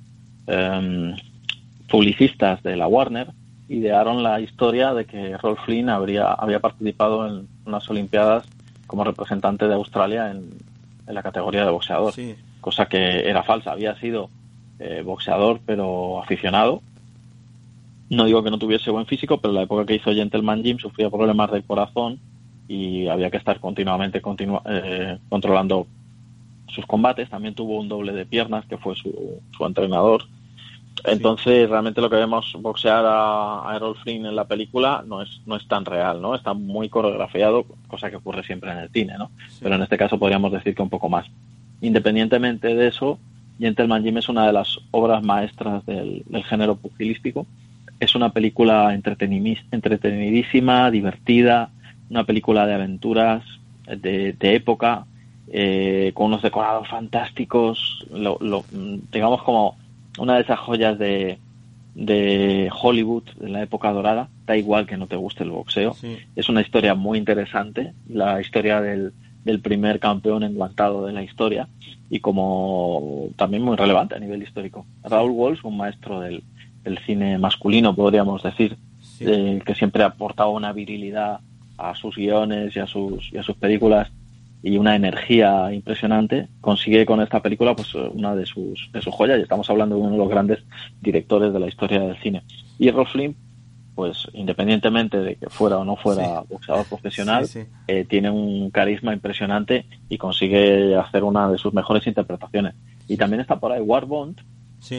publicistas de la Warner idearon la historia de que Errol Flynn había participado en unas Olimpiadas como representante de Australia en la categoría de boxeador, cosa que era falsa. Había sido boxeador, pero aficionado. No digo que no tuviese buen físico, pero en la época que hizo Gentleman Jim sufría problemas del corazón y había que estar continuamente controlando sus combates. También tuvo un doble de piernas, que fue su entrenador. Entonces, realmente lo que vemos boxear a Errol Flynn en la película no es tan real, ¿no? Está muy coreografiado, cosa que ocurre siempre en el cine, ¿no? Pero en este caso podríamos decir que un poco más. Independientemente de eso, Gentleman Jim es una de las obras maestras del género pugilístico. Es una película entretenidísima, divertida, una película de aventuras, de época, con unos decorados fantásticos, digamos como una de esas joyas de Hollywood de la época dorada. Da igual que no te guste el boxeo. Es una historia muy interesante, la historia del primer campeón enguantado de la historia, y como también muy relevante a nivel histórico. Raoul Walsh, un maestro del cine masculino, podríamos decir, que siempre ha aportado una virilidad a sus guiones y a sus películas, y una energía impresionante, consigue con esta película pues una de sus joyas, y estamos hablando de uno de los grandes directores de la historia del cine. Y Errol Flynn, pues independientemente de que fuera o no fuera boxeador profesional, tiene un carisma impresionante y consigue hacer una de sus mejores interpretaciones. Y también está por ahí Ward Bond,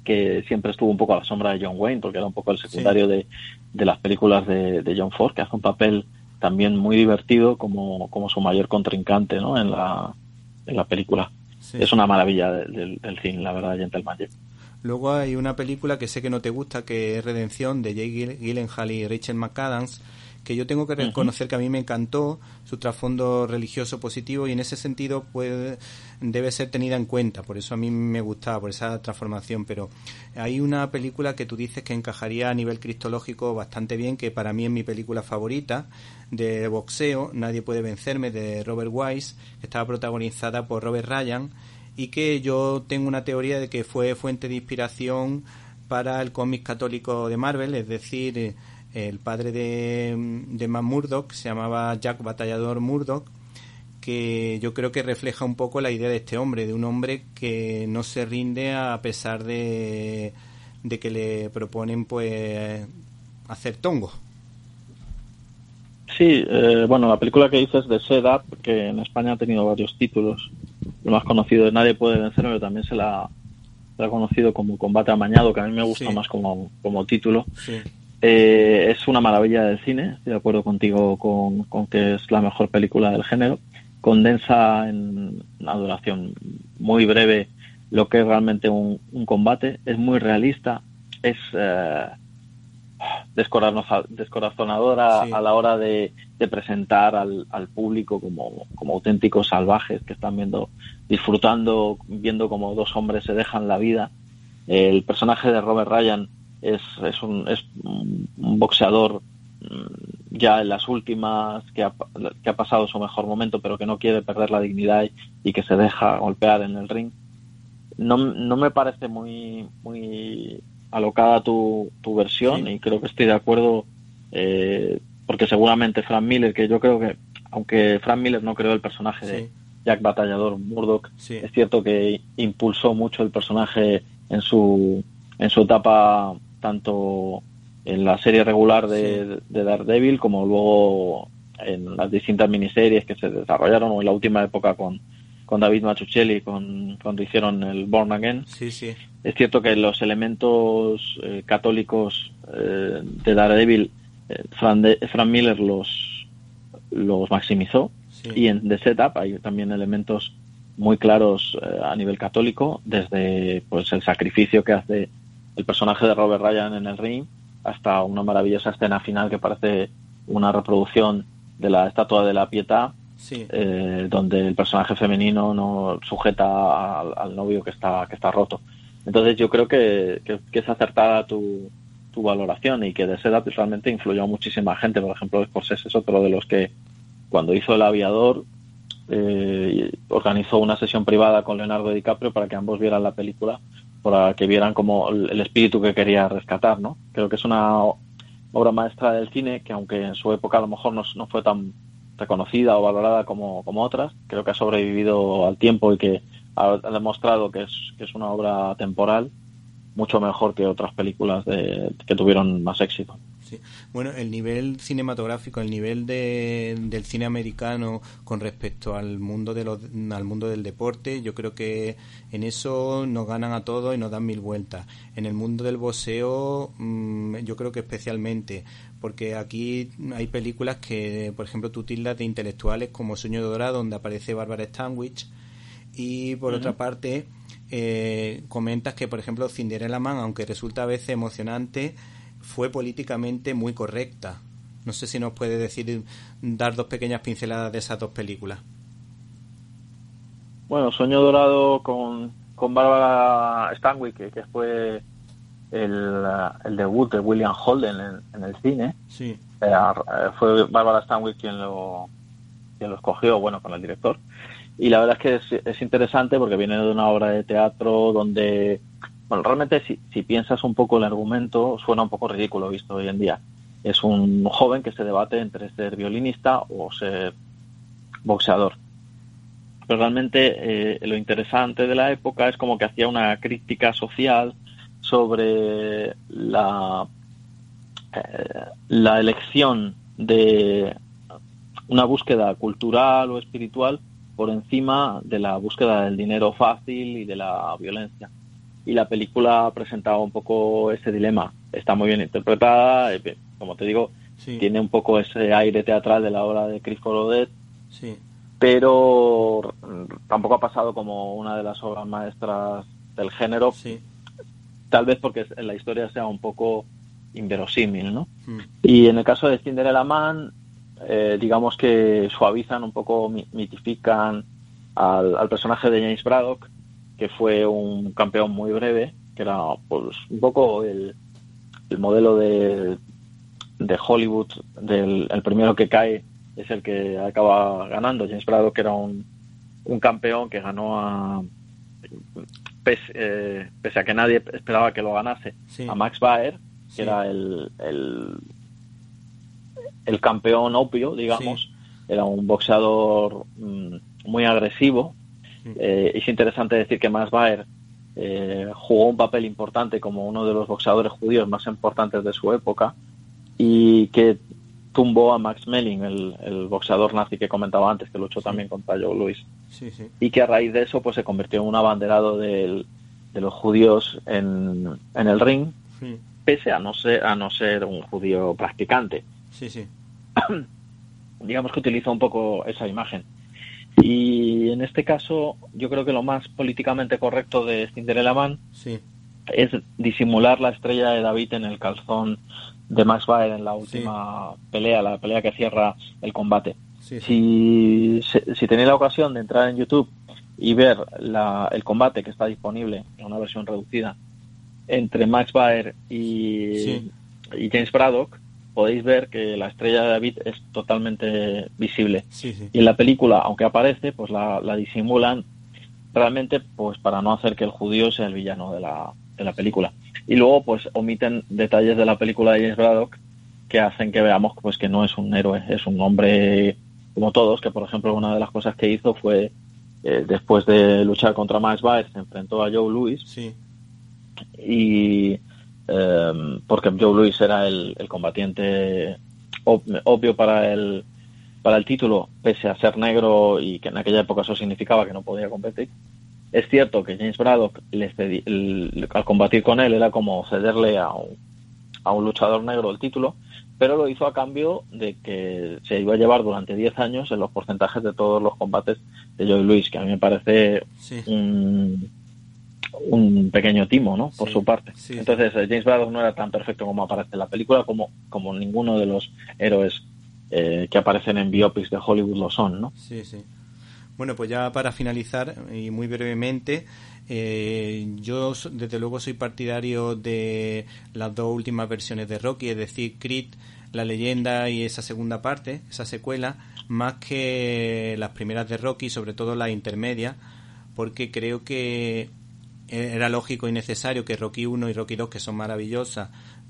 que siempre estuvo un poco a la sombra de John Wayne, porque era un poco el secundario de las películas de John Ford, que hace un papel también muy divertido como su mayor contrincante, ¿no? en la película. Sí. Es una maravilla del cine, la verdad, Gentleman Jack. Luego hay una película que sé que no te gusta, que es Redención, de Jake Gyllenhaal y Rachel McAdams, que yo tengo que reconocer que a mí me encantó, su trasfondo religioso positivo, y en ese sentido pues debe ser tenida en cuenta, por eso a mí me gustaba, por esa transformación. Pero hay una película que tú dices que encajaría a nivel cristológico bastante bien, que para mí es mi película favorita, de boxeo, Nadie puede vencerme, de Robert Wise, que estaba protagonizada por Robert Ryan, y que yo tengo una teoría de que fue fuente de inspiración para el cómic católico de Marvel, es decir, el padre de Matt Murdock se llamaba Jack Batallador Murdock, que yo creo que refleja un poco la idea de este hombre, de un hombre que no se rinde a pesar de que le proponen pues hacer tongo. Sí, bueno, la película que dices de Set Up, que en España ha tenido varios títulos, lo más conocido de Nadie puede vencerme, pero también se la ha conocido como Combate Amañado, que a mí me gusta más como título. Sí. Es una maravilla del cine, estoy de acuerdo contigo con que es la mejor película del género. Condensa en una duración muy breve lo que es realmente un combate, es muy realista, es descorazonadora a la hora de presentar al público como auténticos salvajes que están viendo como dos hombres se dejan la vida. El personaje de Robert Ryan es un boxeador ya en las últimas, que ha pasado su mejor momento, pero que no quiere perder la dignidad y que se deja golpear en el ring. No me parece muy alocada tu versión, y creo que estoy de acuerdo, porque seguramente Frank Miller, que yo creo que, aunque Frank Miller no creó el personaje de Jack Batallador Murdock, es cierto que impulsó mucho el personaje en su etapa, tanto en la serie regular de Daredevil como luego en las distintas miniseries que se desarrollaron, o en la última época con David Mazzucchelli cuando hicieron el Born Again. Es cierto que los elementos católicos de Daredevil, Frank Miller los maximizó, y en The Setup hay también elementos muy claros a nivel católico, desde pues el sacrificio que hace el personaje de Robert Ryan en el ring hasta una maravillosa escena final que parece una reproducción de la estatua de la Pietà, donde el personaje femenino no sujeta al novio que está roto. Entonces yo creo que es acertada tu valoración, y que de esa edad realmente influyó a muchísima gente. Por ejemplo, Scorsese es otro de los que, cuando hizo El Aviador, organizó una sesión privada con Leonardo DiCaprio para que ambos vieran la película, para que vieran como el espíritu que quería rescatar, ¿no? Creo que es una obra maestra del cine que, aunque en su época a lo mejor no fue tan reconocida o valorada como otras, creo que ha sobrevivido al tiempo y que ha demostrado que es una obra temporal mucho mejor que otras películas que tuvieron más éxito. Sí. Bueno, el nivel cinematográfico, el nivel del cine americano con respecto al mundo al mundo del deporte, yo creo que en eso nos ganan a todos y nos dan mil vueltas. En el mundo del boxeo, yo creo que especialmente, porque aquí hay películas que, por ejemplo, tú tildas de intelectuales, como Sueño Dorado, donde aparece Barbara Stanwyck, y por otra parte comentas que, por ejemplo, Cinderella Man, aunque resulta a veces emocionante, fue políticamente muy correcta. No sé si nos puede dar dos pequeñas pinceladas de esas dos películas. Bueno, Sueño Dorado con Barbara Stanwyck, que fue el debut de William Holden en el cine. Sí. Fue Barbara Stanwyck quien lo escogió, bueno, con el director. Y la verdad es que es interesante porque viene de una obra de teatro donde, bueno, realmente si piensas un poco el argumento, suena un poco ridículo visto hoy en día. Es un joven que se debate entre ser violinista o ser boxeador. Pero realmente lo interesante de la época es como que hacía una crítica social sobre la elección de una búsqueda cultural o espiritual por encima de la búsqueda del dinero fácil y de la violencia. y la película presentaba un poco ese dilema. Está muy bien interpretada, como te digo, tiene un poco ese aire teatral de la obra de Chris Colodette, pero tampoco ha pasado como una de las obras maestras del género, tal vez porque la historia sea un poco inverosímil, ¿no? Y en el caso de Cinderella Man, digamos que suavizan un poco, mitifican al personaje de James Braddock, que fue un campeón muy breve, que era pues un poco el modelo de Hollywood, el primero que cae es el que acaba ganando. James Braddock era un campeón que ganó pese a que nadie esperaba que lo ganase, a Max Baer, que era el campeón obvio, digamos. Era un boxeador muy agresivo. Es interesante decir que Max Baer jugó un papel importante como uno de los boxeadores judíos más importantes de su época, y que tumbó a Max Melling, el boxeador nazi que comentaba antes, que luchó también contra Joe Louis, y que a raíz de eso pues se convirtió en un abanderado de los judíos en el ring, pese a no ser un judío practicante. Digamos que utiliza un poco esa imagen. Y en este caso yo creo que lo más políticamente correcto de Cinderella Man es disimular la estrella de David en el calzón de Max Baer en la última pelea, la pelea que cierra el combate. Si tenéis la ocasión de entrar en YouTube y ver el combate, que está disponible en una versión reducida, entre Max Baer y James Braddock, podéis ver que la estrella de David es totalmente visible. Y en la película, aunque aparece, pues la disimulan realmente pues para no hacer que el judío sea el villano de la película. Y luego pues omiten detalles de la película de James Braddock que hacen que veamos pues que no es un héroe, es un hombre como todos, que por ejemplo una de las cosas que hizo fue después de luchar contra Max Baer se enfrentó a Joe Louis y porque Joe Louis era el combatiente obvio para el título, pese a ser negro, y que en aquella época eso significaba que no podía competir. Es cierto que James Braddock al combatir con él era como cederle a un luchador negro el título, pero lo hizo a cambio de que se iba a llevar durante 10 años en los porcentajes de todos los combates de Joe Louis, que a mí me parece un pequeño timo, ¿no? Por su parte. Entonces James Braddock no era tan perfecto como aparece en la película, como ninguno de los héroes que aparecen en biopics de Hollywood lo son, ¿no? Bueno, pues ya para finalizar, y muy brevemente, yo desde luego soy partidario de las dos últimas versiones de Rocky, es decir, Creed, la leyenda, y esa segunda parte, esa secuela, más que las primeras de Rocky, sobre todo las intermedias, porque creo que era lógico y necesario que Rocky 1 y Rocky 2, que son maravillosas,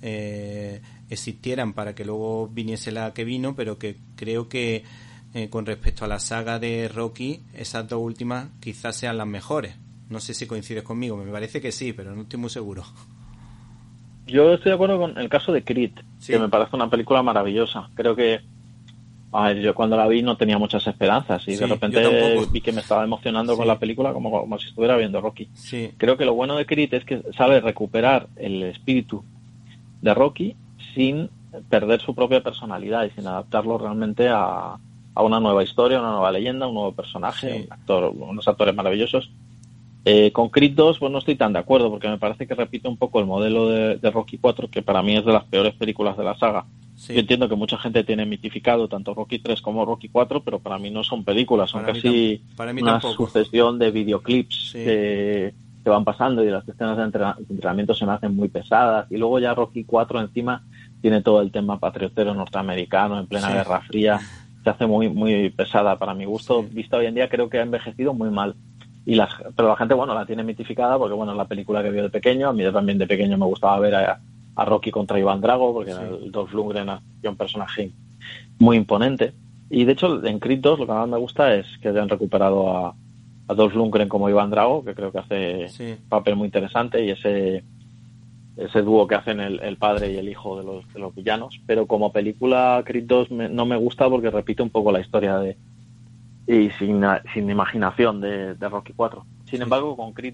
existieran para que luego viniese la que vino, pero que creo que con respecto a la saga de Rocky, esas dos últimas quizás sean las mejores. No sé si coincides conmigo, me parece que sí, pero no estoy muy seguro. Yo estoy de acuerdo con el caso de Creed, que me parece una película maravillosa. Creo que yo cuando la vi no tenía muchas esperanzas y de repente vi que me estaba emocionando con la película como si estuviera viendo Rocky. Creo que lo bueno de Creed es que sabe recuperar el espíritu de Rocky sin perder su propia personalidad y sin adaptarlo realmente a una nueva historia, una nueva leyenda, un nuevo personaje, unos actores maravillosos. Con Creed 2 pues no estoy tan de acuerdo, porque me parece que repite un poco el modelo de Rocky 4, que para mí es de las peores películas de la saga. Yo entiendo que mucha gente tiene mitificado tanto Rocky 3 como Rocky 4, pero para mí no son películas, son casi una sucesión de videoclips que van pasando, y las escenas de entrenamiento se me hacen muy pesadas, y luego ya Rocky 4 encima tiene todo el tema patriotero norteamericano en plena Guerra Fría, se hace muy muy pesada para mi gusto. Vista hoy en día creo que ha envejecido muy mal, pero la gente la tiene mitificada porque es la película que vio de pequeño. A mí también de pequeño me gustaba ver a Rocky contra Iván Drago, porque el Dolph Lundgren es un personaje muy imponente, y de hecho en Creed 2 lo que más me gusta es que hayan recuperado a Dolph Lundgren como Iván Drago, que creo que hace un papel muy interesante, y ese dúo que hacen el padre y el hijo de los villanos. Pero como película Creed 2 no me gusta porque repite un poco la historia y sin imaginación de Rocky 4. Sin embargo, con Creed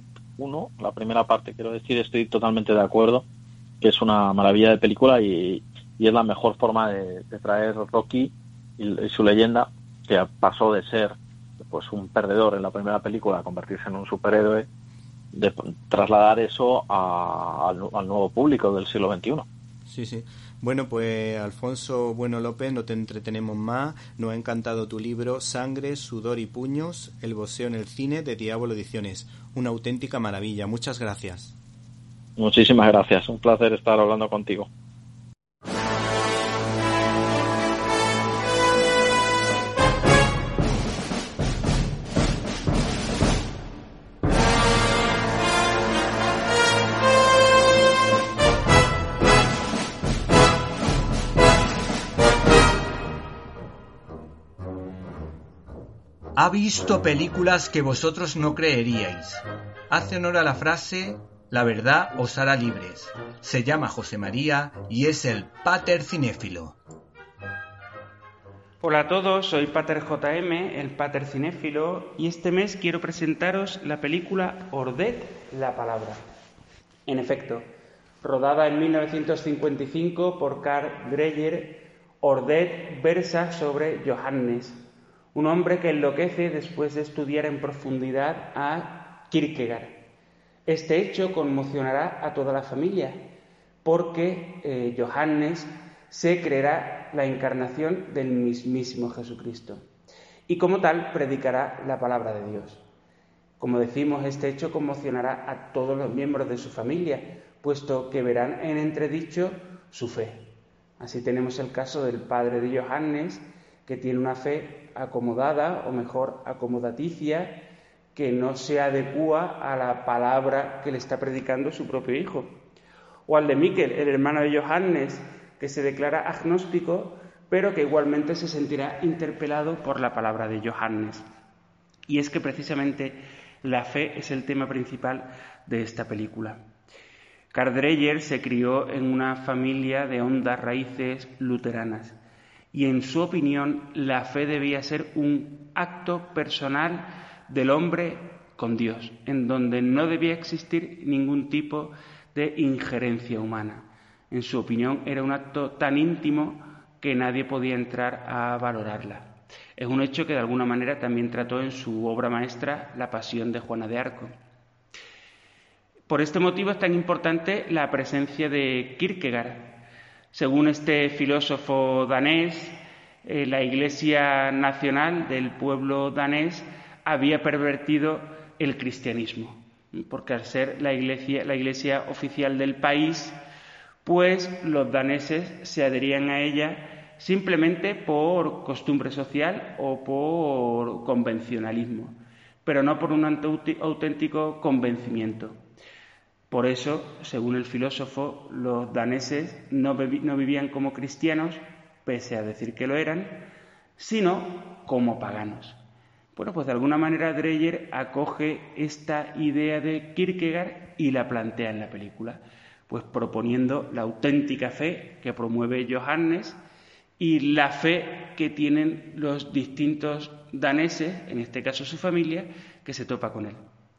1, la primera parte, quiero decir, estoy totalmente de acuerdo, que es una maravilla de película y es la mejor forma de traer Rocky y su leyenda, que pasó de ser pues un perdedor en la primera película a convertirse en un superhéroe, de trasladar eso al nuevo público del siglo XXI. Sí, sí. Bueno, pues Alfonso Bueno López, no te entretenemos más. Nos ha encantado tu libro Sangre, Sudor y Puños, el boxeo en el cine, de Diablo Ediciones. Una auténtica maravilla. Muchas gracias. Muchísimas gracias. Un placer estar hablando contigo. Ha visto películas que vosotros no creeríais. Hace honor a la frase, la verdad os hará libres. Se llama José María y es el Pater Cinéfilo. Hola a todos, soy Pater JM, el Pater Cinéfilo, y este mes quiero presentaros la película Ordet, la palabra. En efecto, rodada en 1955 por Carl Dreyer, Ordet versa sobre Johannes, un hombre que enloquece después de estudiar en profundidad a Kierkegaard. Este hecho conmocionará a toda la familia, porque Johannes se creerá la encarnación del mismísimo Jesucristo y como tal predicará la palabra de Dios. Como decimos, este hecho conmocionará a todos los miembros de su familia, puesto que verán en entredicho su fe. Así tenemos el caso del padre de Johannes, que tiene una fe acomodada, o mejor, acomodaticia, que no se adecúa a la palabra que le está predicando su propio hijo. O al de Miquel, el hermano de Johannes, que se declara agnóstico, pero que igualmente se sentirá interpelado por la palabra de Johannes. Y es que precisamente la fe es el tema principal de esta película. Carl Dreyer se crió en una familia de hondas raíces luteranas, y en su opinión la fe debía ser un acto personal del hombre con Dios, en donde no debía existir ningún tipo de injerencia humana. En su opinión era un acto tan íntimo que nadie podía entrar a valorarla. Es un hecho que de alguna manera también trató en su obra maestra La Pasión de Juana de Arco. Por este motivo es tan importante la presencia de Kierkegaard. Según este filósofo danés, la Iglesia nacional del pueblo danés había pervertido el cristianismo, porque al ser la iglesia oficial del país, pues los daneses se adherían a ella simplemente por costumbre social o por convencionalismo, pero no por un auténtico convencimiento. Por eso, según el filósofo, los daneses no vivían como cristianos, pese a decir que lo eran, sino como paganos. Bueno, pues de alguna manera Dreyer acoge esta idea de Kierkegaard y la plantea en la película, pues proponiendo la auténtica fe que promueve Johannes y la fe que tienen los distintos daneses, en este caso su familia, que se topa con él.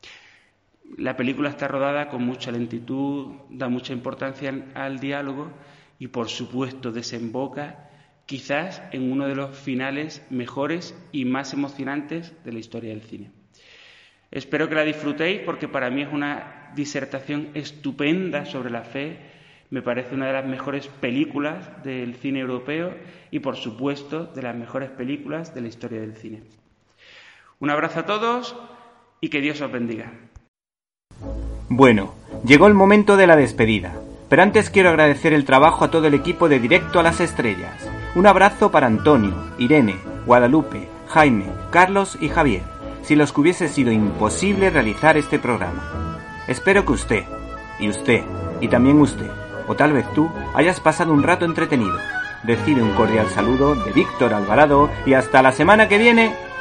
La película está rodada con mucha lentitud, da mucha importancia al diálogo y, por supuesto, desemboca quizás en uno de los finales mejores y más emocionantes de la historia del cine. Espero que la disfrutéis porque para mí es una disertación estupenda sobre la fe, me parece una de las mejores películas del cine europeo y, por supuesto, de las mejores películas de la historia del cine. Un abrazo a todos y que Dios os bendiga. Bueno, llegó el momento de la despedida, pero antes quiero agradecer el trabajo a todo el equipo de Directo a las Estrellas. Un abrazo para Antonio, Irene, Guadalupe, Jaime, Carlos y Javier, sin los que hubiese sido imposible realizar este programa. Espero que usted, y también usted, o tal vez tú, hayas pasado un rato entretenido. Recibe un cordial saludo de Víctor Alvarado y hasta la semana que viene.